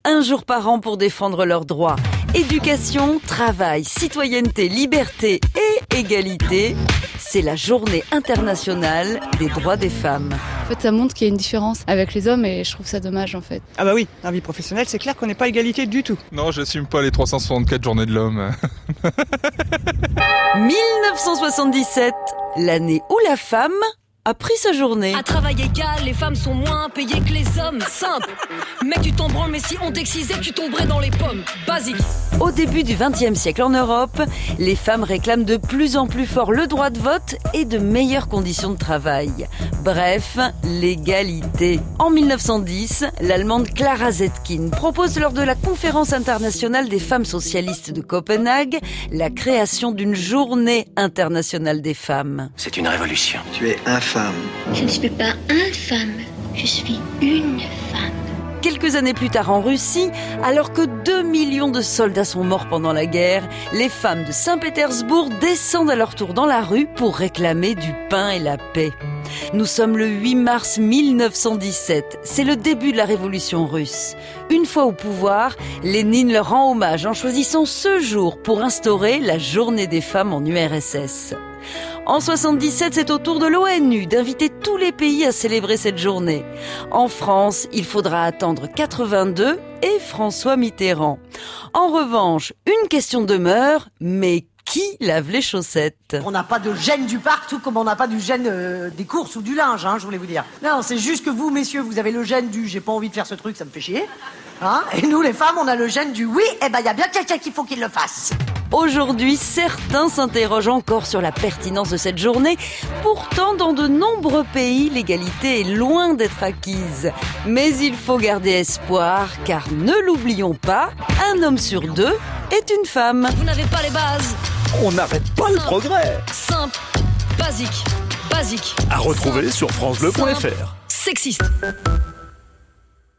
un jour par an pour défendre leurs droits. Éducation, travail, citoyenneté, liberté et égalité, c'est la journée internationale des droits des femmes. En fait, ça montre qu'il y a une différence avec les hommes et je trouve ça dommage en fait. Ah bah oui, dans la vie professionnelle, c'est clair qu'on n'est pas à égalité du tout. Non, j'assume pas les 364 journées de l'homme. 1977, l'année où la femme a pris sa journée. À travail égal, les femmes sont moins payées que les hommes. Simple. Mec, tu t'en branles, mais si on t'excisait, tu tomberais dans les pommes. Basique. Au début du XXe siècle en Europe, les femmes réclament de plus en plus fort le droit de vote et de meilleures conditions de travail. Bref, l'égalité. En 1910, l'Allemande Clara Zetkin propose lors de la Conférence internationale des femmes socialistes de Copenhague la création d'une journée internationale des femmes. C'est une révolution. Tu es infâme. Je ne suis pas infâme, je suis une femme. Quelques années plus tard en Russie, alors que 2 millions de soldats sont morts pendant la guerre, les femmes de Saint-Pétersbourg descendent à leur tour dans la rue pour réclamer du pain et la paix. Nous sommes le 8 mars 1917, c'est le début de la révolution russe. Une fois au pouvoir, Lénine leur rend hommage en choisissant ce jour pour instaurer la journée des femmes en URSS. En 77, c'est au tour de l'ONU d'inviter tous les pays à célébrer cette journée. En France, il faudra attendre 82 et François Mitterrand. En revanche, une question demeure, mais qui lave les chaussettes? On n'a pas de gêne du parc, tout comme on n'a pas du gêne des courses ou du linge, je voulais vous dire. Non, c'est juste que vous, messieurs, vous avez le gêne du « j'ai pas envie de faire ce truc, ça me fait chier ». Et nous, les femmes, on a le gêne du « oui, il y a bien quelqu'un qu'il faut qu'il le fasse ». Aujourd'hui, certains s'interrogent encore sur la pertinence de cette journée. Pourtant, dans de nombreux pays, l'égalité est loin d'être acquise. Mais il faut garder espoir, car ne l'oublions pas, un homme sur deux est une femme. Vous n'avez pas les bases. On n'arrête pas le progrès. Simple, basique. À retrouver sur francebleu.fr. Sexiste.